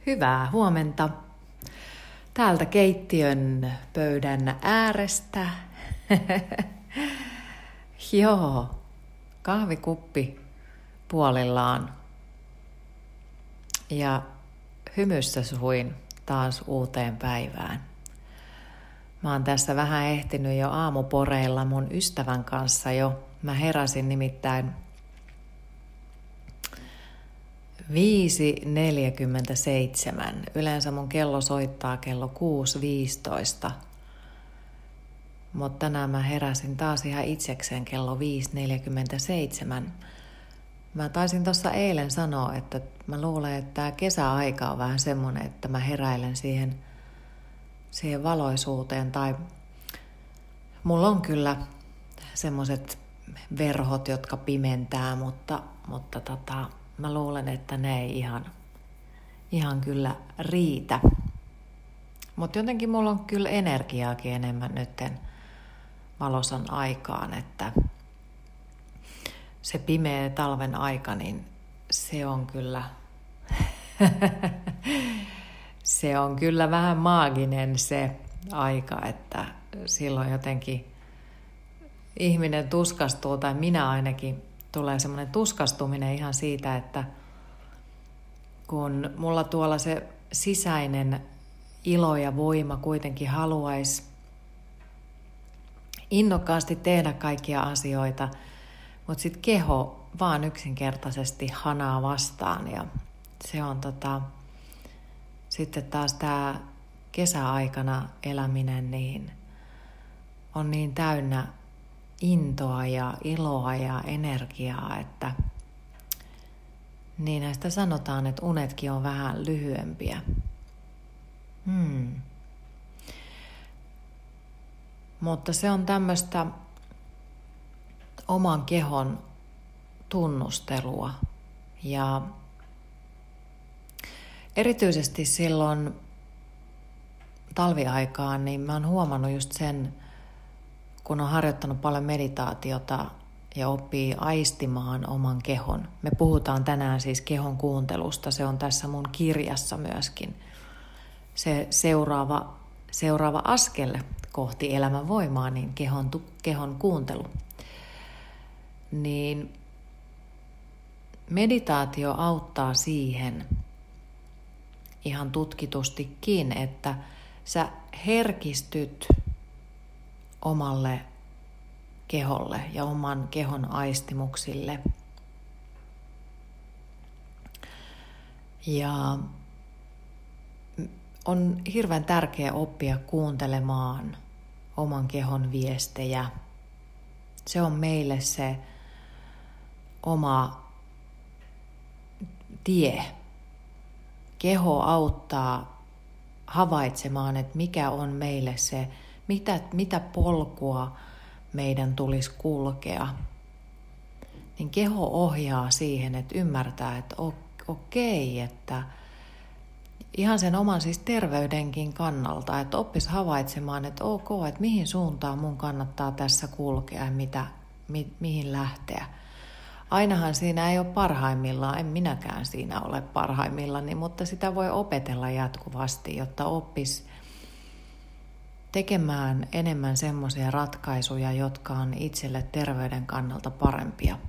Hyvää huomenta. Täältä keittiön pöydän äärestä. Joo, kahvikuppi puolillaan. Ja hymyssä suin taas uuteen päivään. Mä oon tässä vähän ehtinyt jo aamuporeilla mun ystävän kanssa jo. Mä heräsin nimittäin 5:47. Yleensä mun kello soittaa kello 6:15. Mutta tänään mä heräsin taas ihan itsekseen kello 5:47. Mä taisin tuossa eilen sanoa, että mä luulen, että tää kesäaika on vähän semmonen, että mä heräilen siihen valoisuuteen. Tai mulla on kyllä semmoset verhot, jotka pimentää, mutta mä luulen, että ne ei ihan kyllä riitä. Mutta jotenkin mulla on kyllä energiaakin enemmän nytten valosan aikaan, että se pimeä talven aika, niin se on kyllä se on kyllä vähän maaginen se aika, että silloin jotenkin ihminen tuskastuu, tai minä ainakin, tulee semmoinen tuskastuminen ihan siitä, että kun mulla tuolla se sisäinen ilo ja voima kuitenkin haluaisi innokkaasti tehdä kaikkia asioita, mutta sitten keho vaan yksinkertaisesti hanaa vastaan. Ja se on sitten taas tämä kesäaikana eläminen niin on niin täynnä intoa ja iloa ja energiaa, että niin näistä sanotaan, että unetkin on vähän lyhyempiä. Mutta se on tämmöistä oman kehon tunnustelua ja erityisesti silloin talviaikaan, niin mä oon huomannut just sen, kun on harjoittanut paljon meditaatiota ja oppii aistimaan oman kehon. Me puhutaan tänään siis kehon kuuntelusta, se on tässä mun kirjassa myöskin. Se seuraava askel kohti elämän voimaa, niin kehon kuuntelu. Niin meditaatio auttaa siihen ihan tutkitustikin, että sä herkistyt omalle keholle ja oman kehon aistimuksille. Ja on hirveän tärkeää oppia kuuntelemaan oman kehon viestejä. Se on meille se oma tie. Keho auttaa havaitsemaan, että mikä on meille se, mitä polkua meidän tulisi kulkea. Niin keho ohjaa siihen, että ymmärtää, että okei, että ihan sen oman siis terveydenkin kannalta, että oppisi havaitsemaan, että ok, että mihin suuntaan mun kannattaa tässä kulkea ja mihin lähteä. Ainahan siinä ei ole parhaimmillaan, en minäkään siinä ole parhaimmillani, mutta sitä voi opetella jatkuvasti, jotta oppisi tekemään enemmän semmoisia ratkaisuja, jotka on itselle terveyden kannalta parempia.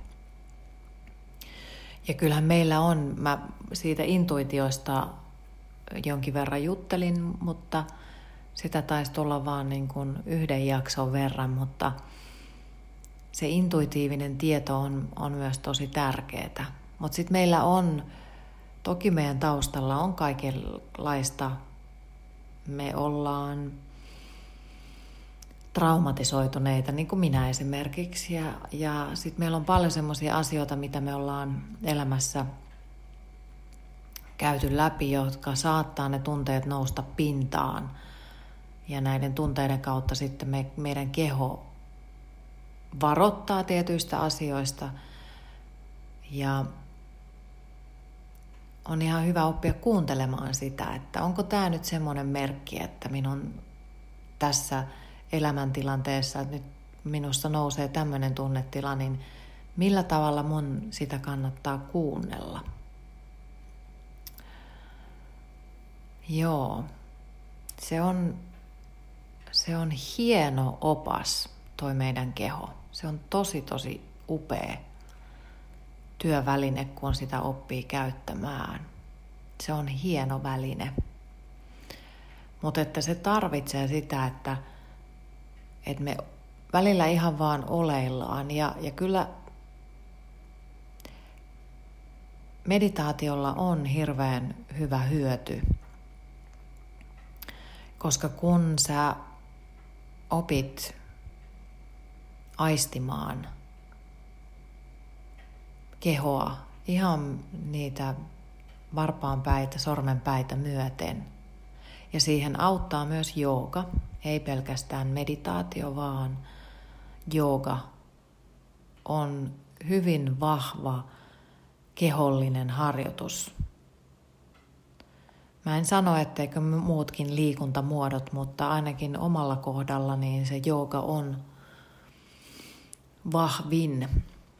Ja kyllähän meillä on, mä siitä intuitiosta jonkin verran juttelin, mutta sitä taisi tulla vaan niin kuin yhden jakson verran, mutta se intuitiivinen tieto on myös tosi tärkeää. Mutta sitten meillä on, toki meidän taustalla on kaikenlaista, me ollaan traumatisoituneita, niin kuin minä esimerkiksi, ja sitten meillä on paljon semmoisia asioita, mitä me ollaan elämässä käyty läpi, jotka saattaa ne tunteet nousta pintaan. Ja näiden tunteiden kautta sitten meidän keho varoittaa tietyistä asioista. Ja on ihan hyvä oppia kuuntelemaan sitä, että onko tämä nyt semmoinen merkki, että minun tässä elämäntilanteessa, että nyt minusta nousee tämmöinen tunnetila, niin millä tavalla mun sitä kannattaa kuunnella. Joo, se on hieno opas toi meidän keho. Se on tosi upea työväline, kun sitä oppii käyttämään. Se on hieno väline. Mutta että se tarvitsee sitä, että me välillä ihan vaan oleillaan. Ja kyllä meditaatiolla on hirveän hyvä hyöty. Koska kun sä opit aistimaan kehoa ihan niitä varpaanpäitä, sormenpäitä myöten. Ja siihen auttaa myös jooga, ei pelkästään meditaatio, vaan jooga on hyvin vahva kehollinen harjoitus. Mä en sano, etteikö muutkin liikuntamuodot, mutta ainakin omalla kohdalla niin se jooga on vahvin.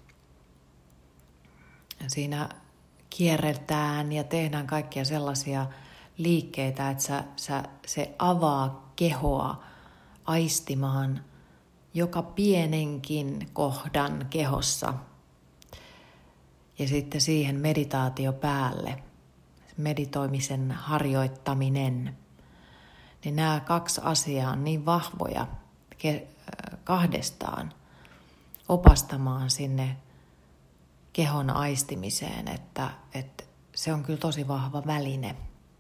Siinä kierretään ja tehdään kaikkia sellaisia liikkeitä, että se avaa kehoa aistimaan joka pienenkin kohdan kehossa. Ja sitten siihen meditaatio päälle, meditoimisen harjoittaminen. Niin nämä kaksi asiaa on niin vahvoja kahdestaan opastamaan sinne kehon aistimiseen, että se on kyllä tosi vahva väline.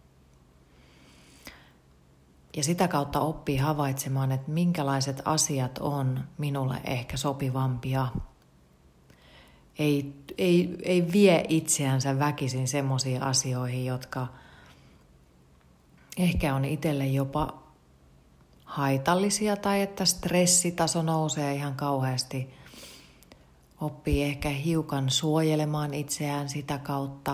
Ja sitä kautta oppii havaitsemaan, että minkälaiset asiat on minulle ehkä sopivampia. Ei vie itseänsä väkisin semmoisiin asioihin, jotka ehkä on itselle jopa haitallisia tai että stressitaso nousee ihan kauheasti. Oppii ehkä hiukan suojelemaan itseään sitä kautta.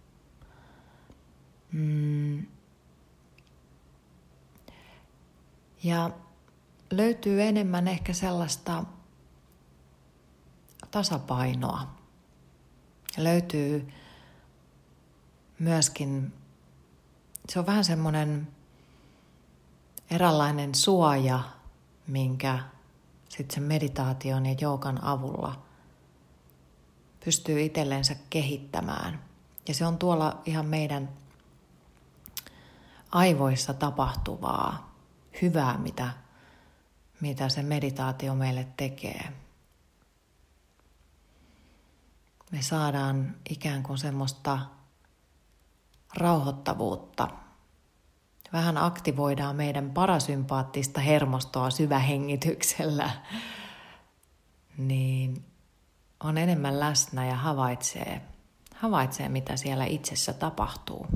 Ja löytyy enemmän ehkä sellaista tasapainoa. Löytyy myöskin, se on vähän semmoinen eräänlainen suoja, minkä sitten sen meditaation ja joogan avulla pystyy itsellensä kehittämään. Ja se on tuolla ihan meidän aivoissa tapahtuvaa hyvää, mitä se meditaatio meille tekee. Me saadaan ikään kuin semmoista rauhoittavuutta. Vähän aktivoidaan meidän parasympaattista hermostoa syvähengityksellä. Niin on enemmän läsnä ja havaitsee, mitä siellä itsessä tapahtuu.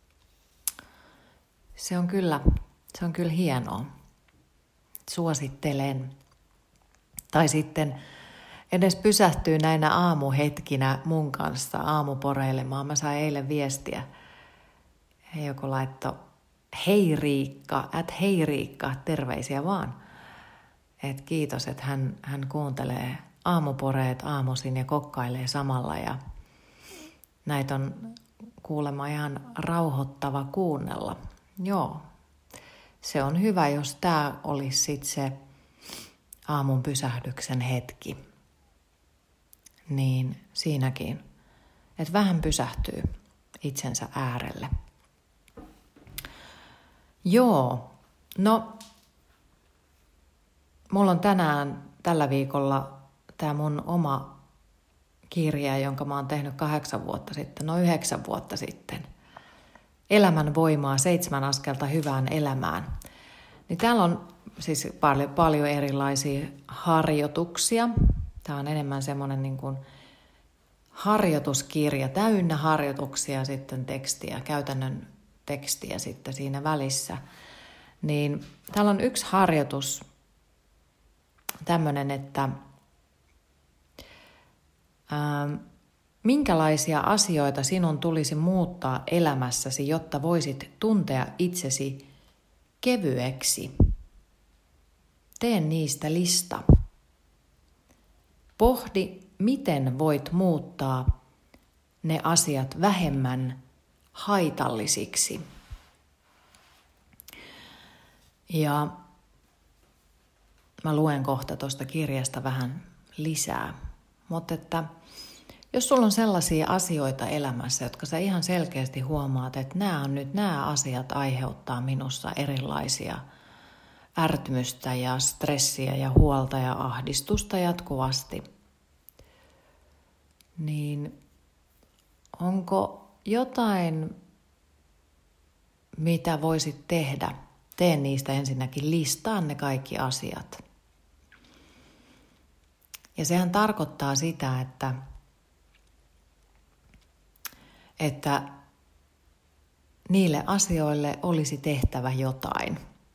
Se on kyllä hienoa. Suosittelen. Tai sitten edes pysähtyy näinä aamuhetkinä mun kanssa aamuporeilemaan. Mä sain eilen viestiä. Joku laittoi hei Riikka, terveisiä vaan. Et kiitos, että hän kuuntelee aamuporeet aamuisin ja kokkailee samalla. Ja näitä on kuulemma ihan rauhoittava kuunnella. Joo, se on hyvä, jos tämä olisi sitten se aamun pysähdyksen hetki. Niin siinäkin, että vähän pysähtyy itsensä äärelle. Joo, no mulla on tällä viikolla tämä mun oma kirja, jonka mä oon tehnyt 9 vuotta sitten. Elämän voimaa, 7 askelta hyvään elämään. Niin täällä on siis paljon erilaisia harjoituksia. Tämä on enemmän semmoinen niin kuin harjoituskirja, täynnä harjoituksia sitten tekstiä, käytännön tekstiä sitten siinä välissä. Niin täällä on yksi harjoitus, tämmöinen, että minkälaisia asioita sinun tulisi muuttaa elämässäsi, jotta voisit tuntea itsesi kevyeksi. Tee niistä lista. Pohdi, miten voit muuttaa ne asiat vähemmän haitallisiksi. Ja mä luen kohta tuosta kirjasta vähän lisää. Mutta että jos sulla on sellaisia asioita elämässä, jotka sä ihan selkeästi huomaat, että nämä asiat aiheuttaa minussa erilaisia ärtymystä ja stressiä ja huolta ja ahdistusta jatkuvasti, niin onko jotain, mitä voisit tehdä? Tee niistä ensinnäkin, listaa ne kaikki asiat. Ja sehän tarkoittaa sitä, että niille asioille olisi tehtävä jotain.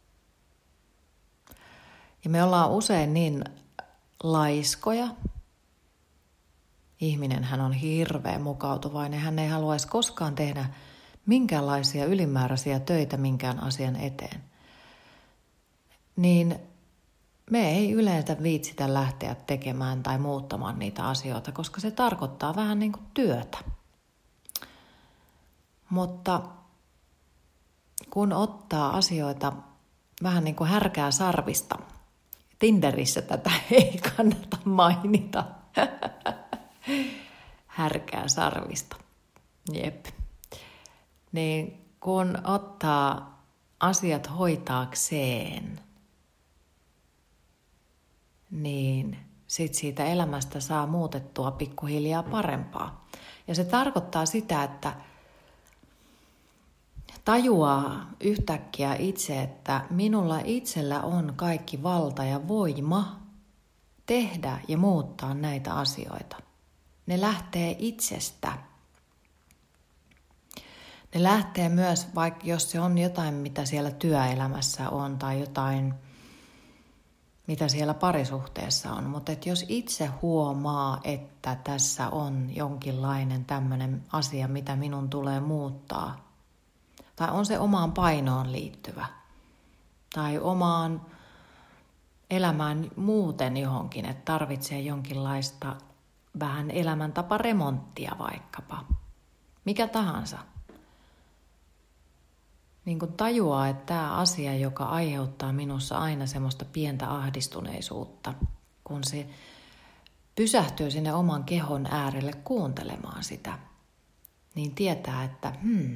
Ja me ollaan usein niin laiskoja. Ihminen hän on hirveän mukautuvainen. Hän ei haluaisi koskaan tehdä minkäänlaisia ylimääräisiä töitä minkään asian eteen. Niin me ei yleensä viitsitä lähteä tekemään tai muuttamaan niitä asioita, koska se tarkoittaa vähän niin kuin työtä. Mutta kun ottaa asioita vähän niin kuin härkää sarvista, Tinderissä tätä ei kannata mainita, härkää sarvista, jep. Niin kun ottaa asiat hoitaakseen, niin sit siitä elämästä saa muutettua pikkuhiljaa parempaa. Ja se tarkoittaa sitä, että tajuaa yhtäkkiä itse, että minulla itsellä on kaikki valta ja voima tehdä ja muuttaa näitä asioita. Ne lähtee itsestä. Ne lähtee myös, vaikka jos se on jotain, mitä siellä työelämässä on tai jotain, mitä siellä parisuhteessa on. Mutta jos itse huomaa, että tässä on jonkinlainen tämmöinen asia, mitä minun tulee muuttaa, tai on se omaan painoon liittyvä, tai omaan elämään muuten johonkin, että tarvitsee jonkinlaista vähän elämäntaparemonttia vaikkapa. Mikä tahansa. Niin kun tajuaa, että tämä asia, joka aiheuttaa minussa aina semmoista pientä ahdistuneisuutta, kun se pysähtyy sinne oman kehon äärelle kuuntelemaan sitä, niin tietää, että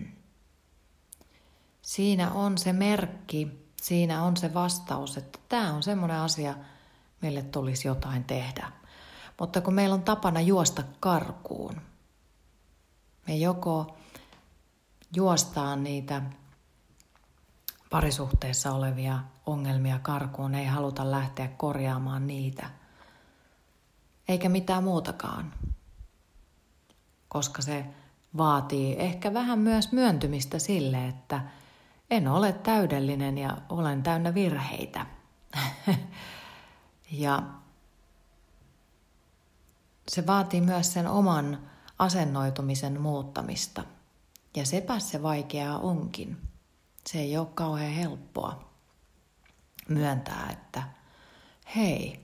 siinä on se merkki, siinä on se vastaus, että tämä on semmoinen asia, meille tulisi jotain tehdä. Mutta kun meillä on tapana juosta karkuun, me joko juostaan niitä parisuhteessa olevia ongelmia karkuun, ei haluta lähteä korjaamaan niitä, eikä mitään muutakaan, koska se vaatii ehkä vähän myös myöntymistä sille, että en ole täydellinen ja olen täynnä virheitä. Ja se vaatii myös sen oman asennoitumisen muuttamista. Ja sepä se vaikeaa onkin. Se ei ole kauhean helppoa myöntää, että hei,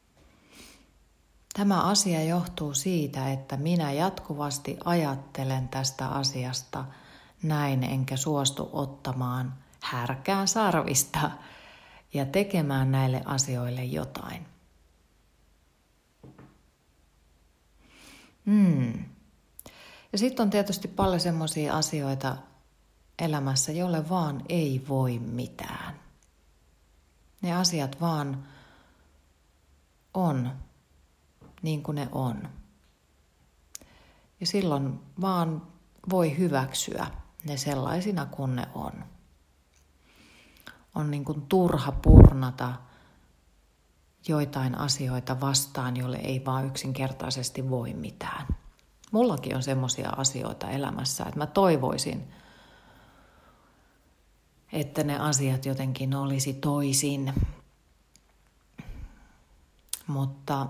tämä asia johtuu siitä, että minä jatkuvasti ajattelen tästä asiasta näin, enkä suostu ottamaan härkää sarvista ja tekemään näille asioille jotain. Ja sitten on tietysti paljon semmoisia asioita elämässä, jolle vaan ei voi mitään. Ne asiat vaan on niin kuin ne on. Ja silloin vaan voi hyväksyä ne sellaisina kuin ne on. On niin kuin turha purnata joitain asioita vastaan, jolle ei vaan yksinkertaisesti voi mitään. Mullakin on semmoisia asioita elämässä, että mä toivoisin, että ne asiat jotenkin olisi toisin. Mutta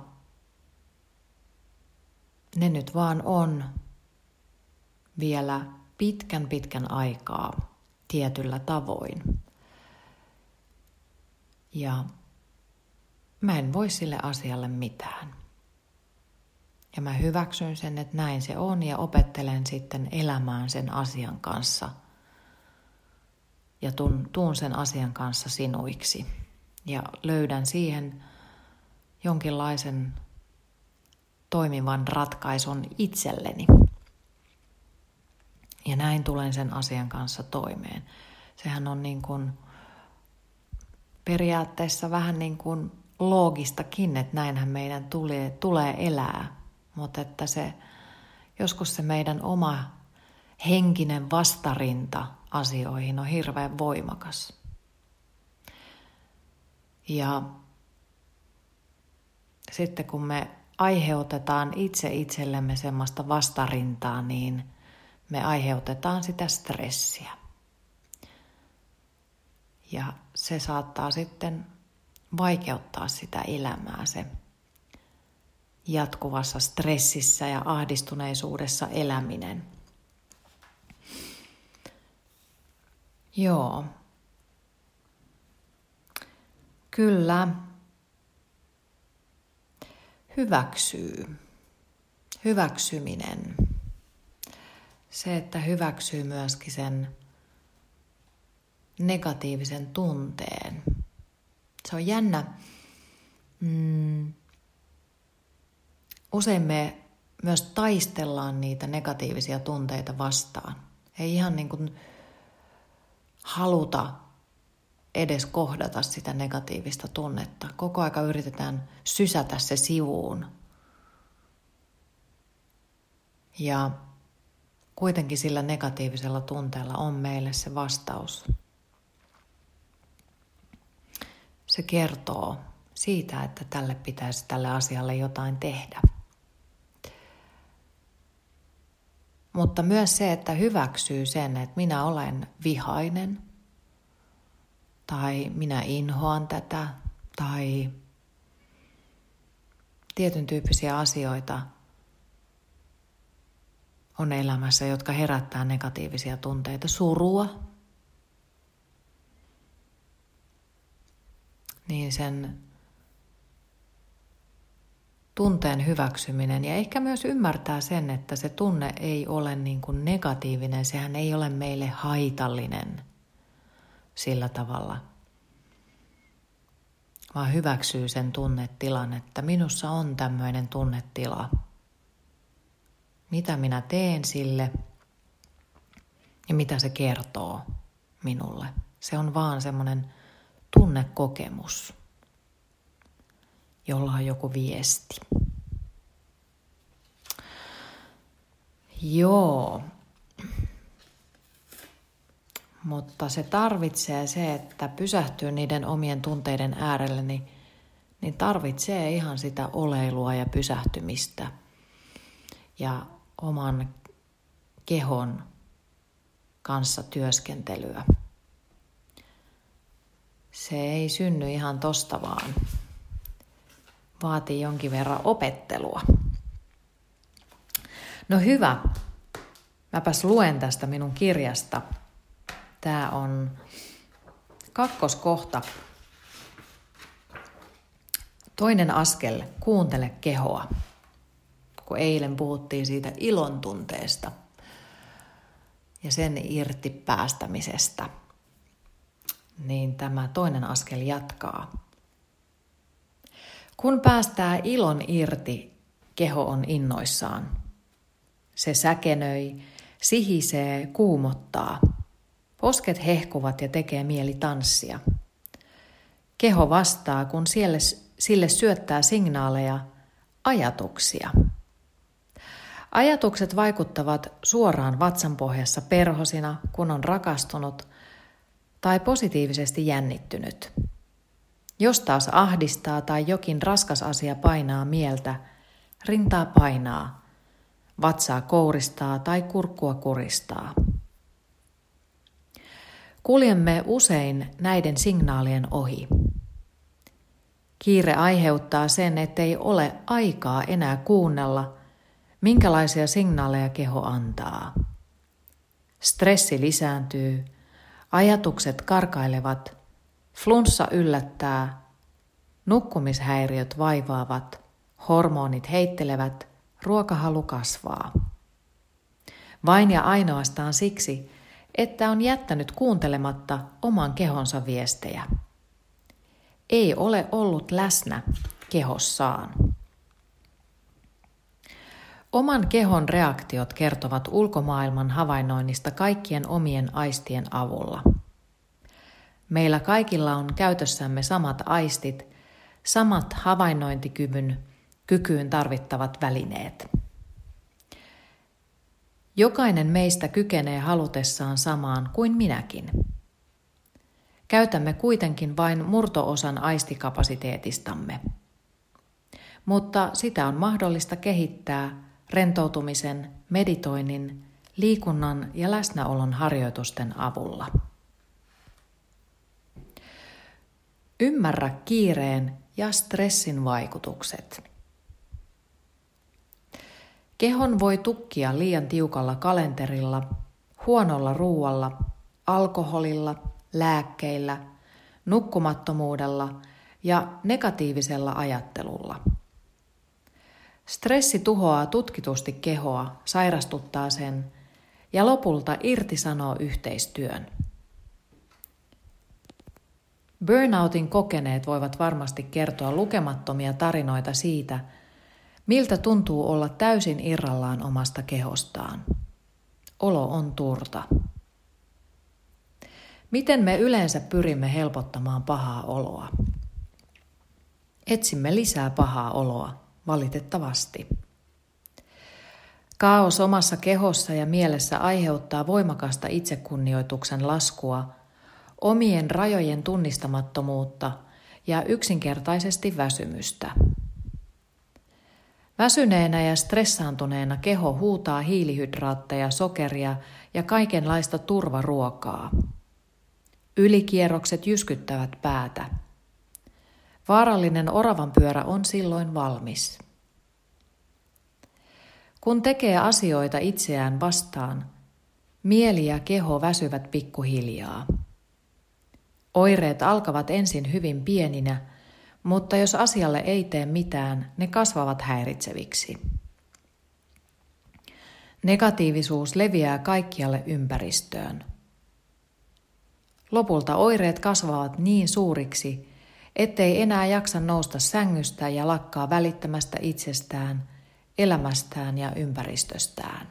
ne nyt vaan on vielä pitkän aikaa tietyllä tavoin. Ja mä en voi sille asialle mitään. Ja mä hyväksyn sen, että näin se on ja opettelen sitten elämään sen asian kanssa ja tuun sen asian kanssa sinuiksi. Ja löydän siihen jonkinlaisen toimivan ratkaisun itselleni. Ja näin tulen sen asian kanssa toimeen. Sehän on niin kuin periaatteessa vähän niin kuin loogistakin, että näinhän meidän tulee elää. Mutta että joskus se meidän oma henkinen vastarinta asioihin on hirveän voimakas. Ja sitten kun me aiheutetaan itse itsellemme semmoista vastarintaa, niin me aiheutetaan sitä stressiä. Ja se saattaa sitten vaikeuttaa sitä elämää, se jatkuvassa stressissä ja ahdistuneisuudessa eläminen. Joo. Kyllä. Hyväksyminen. Se, että hyväksyy myöskin sen negatiivisen tunteen. Se on jännä. Usein me myös taistellaan niitä negatiivisia tunteita vastaan. Ei ihan niin kuin haluta edes kohdata sitä negatiivista tunnetta. Koko aika yritetään sysätä se sivuun. Ja kuitenkin sillä negatiivisella tunteella on meille se vastaus. Se kertoo siitä, että tälle asialle jotain tehdä. Mutta myös se, että hyväksyy sen, että minä olen vihainen, tai minä inhoan tätä, tai tietyn tyyppisiä asioita on elämässä, jotka herättää negatiivisia tunteita, surua, niin sen tunteen hyväksyminen ja ehkä myös ymmärtää sen, että se tunne ei ole niin kuin negatiivinen, sehän ei ole meille haitallinen sillä tavalla, vaan hyväksyy sen tunnetilan, että minussa on tämmöinen tunnetila. Mitä minä teen sille ja mitä se kertoo minulle. Se on vaan semmoinen tunnekokemus, jolla on joku viesti. Joo. Mutta se tarvitsee se, että pysähtyy niiden omien tunteiden äärelle, niin tarvitsee ihan sitä oleilua ja pysähtymistä ja oman kehon kanssa työskentelyä. Se ei synny ihan tosta vaan. Vaatii jonkin verran opettelua. No hyvä. Mäpäs luen tästä minun kirjasta. Tää on 2. kohta. 2. askel, kuuntele kehoa. Kun eilen puhuttiin siitä ilon tunteesta ja sen irti päästämisestä, niin tämä 2. askel jatkaa. Kun päästää ilon irti, keho on innoissaan. Se säkenöi, sihisee, kuumottaa. Posket hehkuvat ja tekee mieli tanssia. Keho vastaa, kun sille syöttää signaaleja, ajatuksia. Ajatukset vaikuttavat suoraan vatsanpohjassa perhosina, kun on rakastunut tai positiivisesti jännittynyt. Jos taas ahdistaa tai jokin raskas asia painaa mieltä, rintaa painaa, vatsaa kouristaa tai kurkkua kuristaa. Kuljemme usein näiden signaalien ohi. Kiire aiheuttaa sen, ettei ole aikaa enää kuunnella, minkälaisia signaaleja keho antaa. Stressi lisääntyy, ajatukset karkailevat, flunssa yllättää, nukkumishäiriöt vaivaavat, hormonit heittelevät, ruokahalu kasvaa. Vain ja ainoastaan siksi, että on jättänyt kuuntelematta oman kehonsa viestejä. Ei ole ollut läsnä kehossaan. Oman kehon reaktiot kertovat ulkomaailman havainnoinnista kaikkien omien aistien avulla. Meillä kaikilla on käytössämme samat aistit, samat havainnointikykyyn tarvittavat välineet. Jokainen meistä kykenee halutessaan samaan kuin minäkin. Käytämme kuitenkin vain murto-osan aistikapasiteetistamme. Mutta sitä on mahdollista kehittää rentoutumisen, meditoinnin, liikunnan ja läsnäolon harjoitusten avulla. Ymmärrä kiireen ja stressin vaikutukset. Kehon voi tukkia liian tiukalla kalenterilla, huonolla ruualla, alkoholilla, lääkkeillä, nukkumattomuudella ja negatiivisella ajattelulla. Stressi tuhoaa tutkitusti kehoa, sairastuttaa sen ja lopulta irtisanoo yhteistyön. Burnoutin kokeneet voivat varmasti kertoa lukemattomia tarinoita siitä, miltä tuntuu olla täysin irrallaan omasta kehostaan. Olo on turta. Miten me yleensä pyrimme helpottamaan pahaa oloa? Etsimme lisää pahaa oloa, valitettavasti. Kaos omassa kehossa ja mielessä aiheuttaa voimakasta itsekunnioituksen laskua, omien rajojen tunnistamattomuutta ja yksinkertaisesti väsymystä. Väsyneenä ja stressaantuneena keho huutaa hiilihydraatteja, sokeria ja kaikenlaista turvaruokaa. Ylikierrokset jyskyttävät päätä. Vaarallinen oravanpyörä on silloin valmis. Kun tekee asioita itseään vastaan, mieli ja keho väsyvät pikkuhiljaa. Oireet alkavat ensin hyvin pieninä, mutta jos asialle ei tee mitään, ne kasvavat häiritseviksi. Negatiivisuus leviää kaikkialle ympäristöön. Lopulta oireet kasvavat niin suuriksi, ettei enää jaksa nousta sängystä ja lakkaa välittämästä itsestään, elämästään ja ympäristöstään.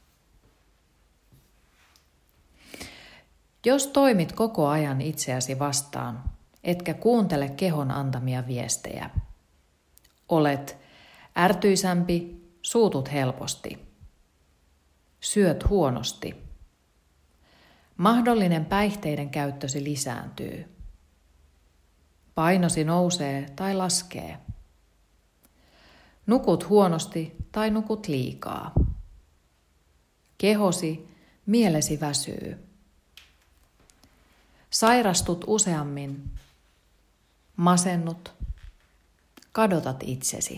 Jos toimit koko ajan itseäsi vastaan, etkä kuuntele kehon antamia viestejä. Olet ärtyisämpi, suutut helposti. Syöt huonosti. Mahdollinen päihteiden käyttösi lisääntyy. Painosi nousee tai laskee. Nukut huonosti tai nukut liikaa. Kehosi, mielesi väsyy. Sairastut useammin. Masennut. Kadotat itsesi.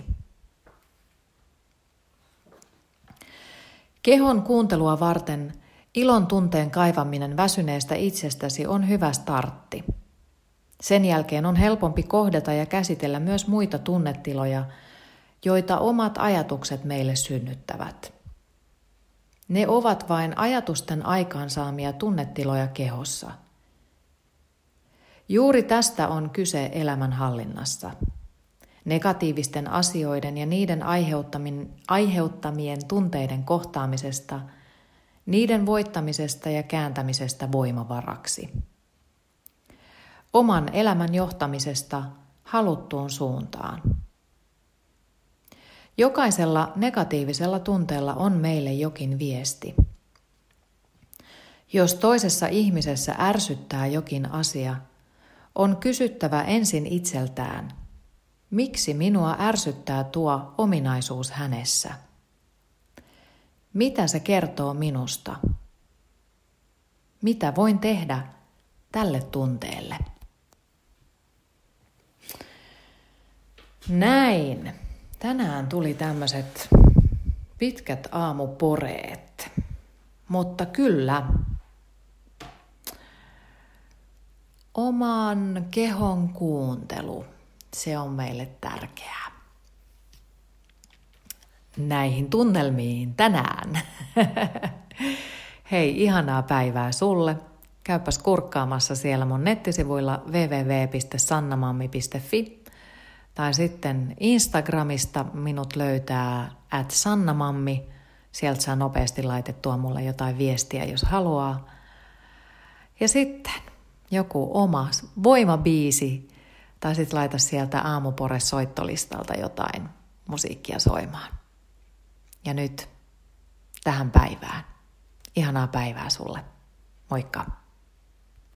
Kehon kuuntelua varten ilon tunteen kaivaminen väsyneestä itsestäsi on hyvä startti. Sen jälkeen on helpompi kohdata ja käsitellä myös muita tunnetiloja, joita omat ajatukset meille synnyttävät. Ne ovat vain ajatusten aikaansaamia tunnetiloja kehossa. Juuri tästä on kyse elämänhallinnassa. Negatiivisten asioiden ja niiden aiheuttamien tunteiden kohtaamisesta, niiden voittamisesta ja kääntämisestä voimavaraksi. Oman elämän johtamisesta haluttuun suuntaan. Jokaisella negatiivisella tunteella on meille jokin viesti. Jos toisessa ihmisessä ärsyttää jokin asia, on kysyttävä ensin itseltään, miksi minua ärsyttää tuo ominaisuus hänessä? Mitä se kertoo minusta? Mitä voin tehdä tälle tunteelle? Näin. Tänään tuli tämmöiset pitkät aamuporeet, mutta kyllä oman kehon kuuntelu, se on meille tärkeää. Näihin tunnelmiin tänään Hei, ihanaa päivää sulle. Käypäs kurkkaamassa siellä mun nettisivuilla www.sannamammi.fi tai sitten Instagramista minut löytää @sannamammi. Sieltä saa nopeasti laitettua mulle jotain viestiä, jos haluaa. Ja sitten joku oma voimabiisi tai sitten laita sieltä Aamupore-soittolistalta jotain musiikkia soimaan. Ja nyt tähän päivään. Ihanaa päivää sulle. Moikka!